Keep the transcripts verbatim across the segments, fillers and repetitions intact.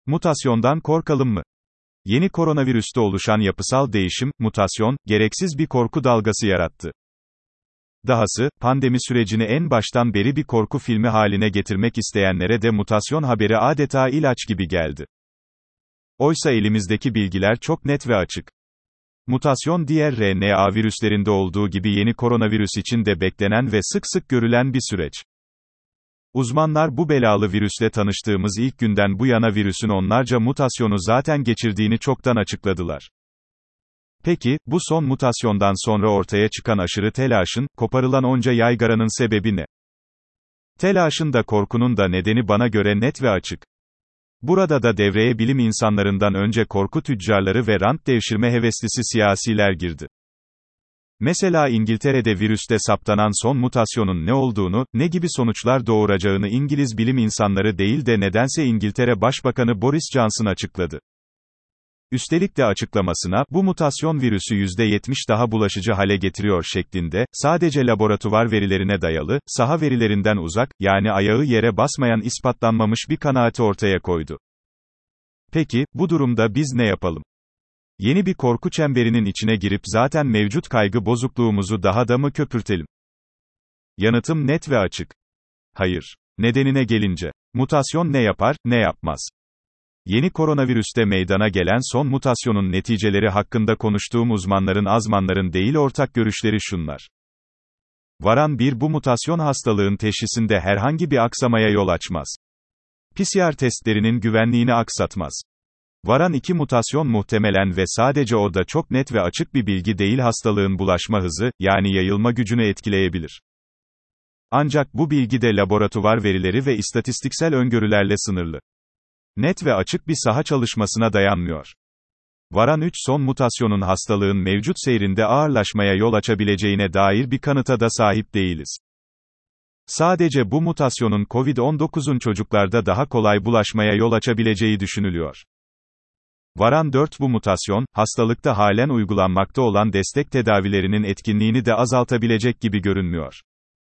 Mutasyondan korkalım mı? Yeni koronavirüste oluşan yapısal değişim, mutasyon, gereksiz bir korku dalgası yarattı. Dahası, pandemi sürecini en baştan beri bir korku filmi haline getirmek isteyenlere de mutasyon haberi adeta ilaç gibi geldi. Oysa elimizdeki bilgiler çok net ve açık. Mutasyon diğer R N A virüslerinde olduğu gibi yeni koronavirüs için de beklenen ve sık sık görülen bir süreç. Uzmanlar bu belalı virüsle tanıştığımız ilk günden bu yana virüsün onlarca mutasyonu zaten geçirdiğini çoktan açıkladılar. Peki, bu son mutasyondan sonra ortaya çıkan aşırı telaşın, koparılan onca yaygaranın sebebi ne? Telaşın da korkunun da nedeni bana göre net ve açık. Burada da devreye bilim insanlarından önce korku tüccarları ve rant devşirme heveslisi siyasiler girdi. Mesela İngiltere'de virüste saptanan son mutasyonun ne olduğunu, ne gibi sonuçlar doğuracağını İngiliz bilim insanları değil de nedense İngiltere Başbakanı Boris Johnson açıkladı. Üstelik de açıklamasına, bu mutasyon virüsü yüzde yetmiş daha bulaşıcı hale getiriyor şeklinde, sadece laboratuvar verilerine dayalı, saha verilerinden uzak, yani ayağı yere basmayan ispatlanmamış bir kanaati ortaya koydu. Peki, bu durumda biz ne yapalım? Yeni bir korku çemberinin içine girip zaten mevcut kaygı bozukluğumuzu daha da mı köpürtelim? Yanıtım net ve açık. Hayır. Nedenine gelince, mutasyon ne yapar, ne yapmaz? Yeni koronavirüste meydana gelen son mutasyonun neticeleri hakkında konuştuğum uzmanların azmanların değil ortak görüşleri şunlar. Varan bir bu mutasyon hastalığın teşhisinde herhangi bir aksamaya yol açmaz. P C R testlerinin güvenliğini aksatmaz. Varan iki mutasyon muhtemelen ve sadece o da çok net ve açık bir bilgi değil hastalığın bulaşma hızı, yani yayılma gücünü etkileyebilir. Ancak bu bilgi de laboratuvar verileri ve istatistiksel öngörülerle sınırlı. Net ve açık bir saha çalışmasına dayanmıyor. Varan üç son mutasyonun hastalığın mevcut seyrinde ağırlaşmaya yol açabileceğine dair bir kanıta da sahip değiliz. Sadece bu mutasyonun kovid on dokuzun çocuklarda daha kolay bulaşmaya yol açabileceği düşünülüyor. Varan dört bu mutasyon, hastalıkta halen uygulanmakta olan destek tedavilerinin etkinliğini de azaltabilecek gibi görünmüyor.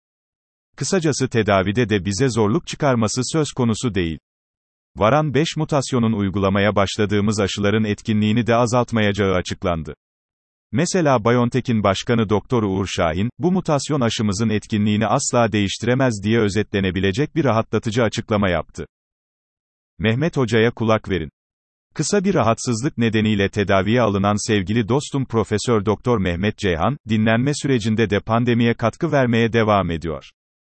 Kısacası tedavide de bize zorluk çıkarması söz konusu değil. Varan beş mutasyonun uygulamaya başladığımız aşıların etkinliğini de azaltmayacağı açıklandı. Mesela BioNTech'in başkanı Doktor Uğur Şahin, bu mutasyon aşımızın etkinliğini asla değiştiremez diye özetlenebilecek bir rahatlatıcı açıklama yaptı. Mehmet Hoca'ya kulak verin. Kısa bir rahatsızlık nedeniyle tedaviye alınan sevgili dostum Profesör Doktor Mehmet Ceyhan, dinlenme sürecinde de pandemiye katkı vermeye devam ediyor.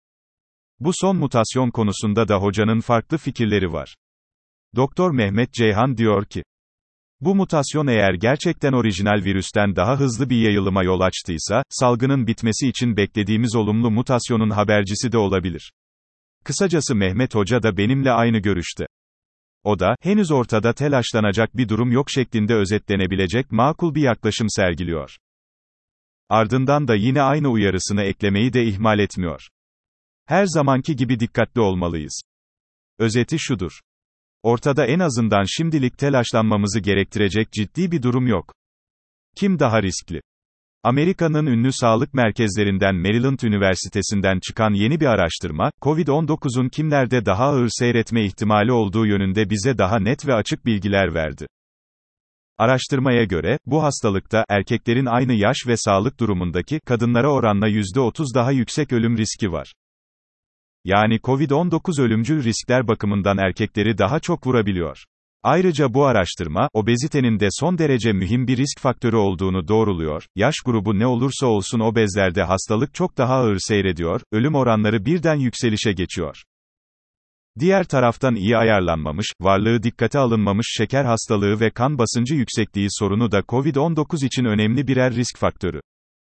Bu son mutasyon konusunda da hocanın farklı fikirleri var. Doktor Mehmet Ceyhan diyor ki, bu mutasyon eğer gerçekten orijinal virüsten daha hızlı bir yayılıma yol açtıysa, salgının bitmesi için beklediğimiz olumlu mutasyonun habercisi de olabilir. Kısacası Mehmet Hoca da benimle aynı görüşte. O da, henüz ortada telaşlanacak bir durum yok şeklinde özetlenebilecek makul bir yaklaşım sergiliyor. Ardından da yine aynı uyarısını eklemeyi de ihmal etmiyor. Her zamanki gibi dikkatli olmalıyız. Özeti şudur. Ortada en azından şimdilik telaşlanmamızı gerektirecek ciddi bir durum yok. Kim daha riskli? Amerika'nın ünlü sağlık merkezlerinden Maryland Üniversitesi'nden çıkan yeni bir araştırma, kovid on dokuzun kimlerde daha ağır seyretme ihtimali olduğu yönünde bize daha net ve açık bilgiler verdi. Araştırmaya göre, bu hastalıkta, erkeklerin aynı yaş ve sağlık durumundaki, kadınlara oranla yüzde otuz daha yüksek ölüm riski var. Yani kovid on dokuz ölümcül riskler bakımından erkekleri daha çok vurabiliyor. Ayrıca bu araştırma, obezitenin de son derece mühim bir risk faktörü olduğunu doğruluyor, yaş grubu ne olursa olsun obezlerde hastalık çok daha ağır seyrediyor, ölüm oranları birden yükselişe geçiyor. Diğer taraftan iyi ayarlanmamış, varlığı dikkate alınmamış şeker hastalığı ve kan basıncı yüksekliği sorunu da kovid on dokuz için önemli birer risk faktörü.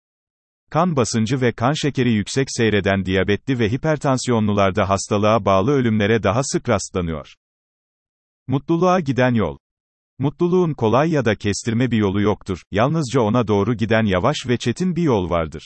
Kan basıncı ve kan şekeri yüksek seyreden diyabetli ve hipertansiyonlularda hastalığa bağlı ölümlere daha sık rastlanıyor. Mutluluğa giden yol. Mutluluğun kolay ya da kestirme bir yolu yoktur, yalnızca ona doğru giden yavaş ve çetin bir yol vardır.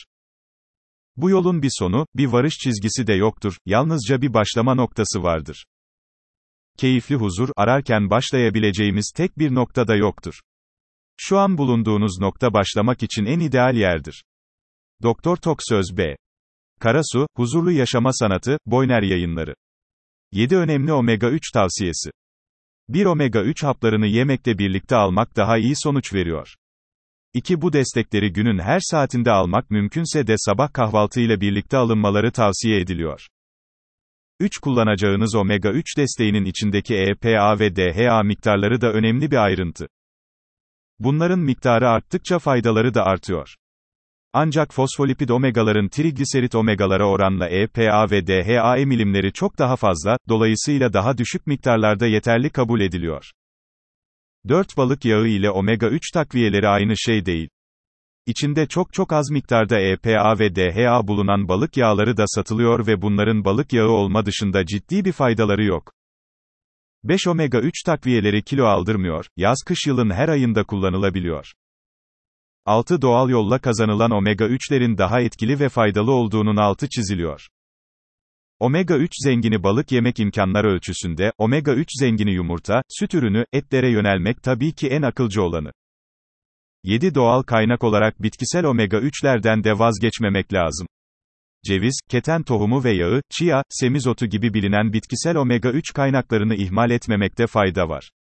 Bu yolun bir sonu, bir varış çizgisi de yoktur, yalnızca bir başlama noktası vardır. Keyifli huzur, ararken başlayabileceğimiz tek bir nokta da yoktur. Şu an bulunduğunuz nokta başlamak için en ideal yerdir. Doktor Toksöz B. Karasu, Huzurlu Yaşama Sanatı, Boyner Yayınları. yedi önemli omega üç tavsiyesi. bir Omega üç haplarını yemekle birlikte almak daha iyi sonuç veriyor. iki Bu destekleri günün her saatinde almak mümkünse de sabah kahvaltıyla birlikte alınmaları tavsiye ediliyor. üç Kullanacağınız Omega üç desteğinin içindeki E P A ve D H A miktarları da önemli bir ayrıntı. Bunların miktarı arttıkça faydaları da artıyor. Ancak fosfolipid omegaların trigliserit omegalara oranla E P A ve D H A emilimleri çok daha fazla, dolayısıyla daha düşük miktarlarda yeterli kabul ediliyor. dört Balık yağı ile omega üç takviyeleri aynı şey değil. İçinde çok çok az miktarda E P A ve D H A bulunan balık yağları da satılıyor ve bunların balık yağı olma dışında ciddi bir faydaları yok. beş Omega üç takviyeleri kilo aldırmıyor, yaz-kış yılın her ayında kullanılabiliyor. altı Doğal yolla kazanılan omega üçlerin daha etkili ve faydalı olduğunun altı çiziliyor. Omega üç zengini balık yemek imkanlar ölçüsünde, omega üç zengini yumurta, süt ürünü, etlere yönelmek tabii ki en akılcı olanı. yedi Doğal kaynak olarak bitkisel omega üçlerden de vazgeçmemek lazım. Ceviz, keten tohumu ve yağı, chia, semizotu gibi bilinen bitkisel omega üç kaynaklarını ihmal etmemekte fayda var.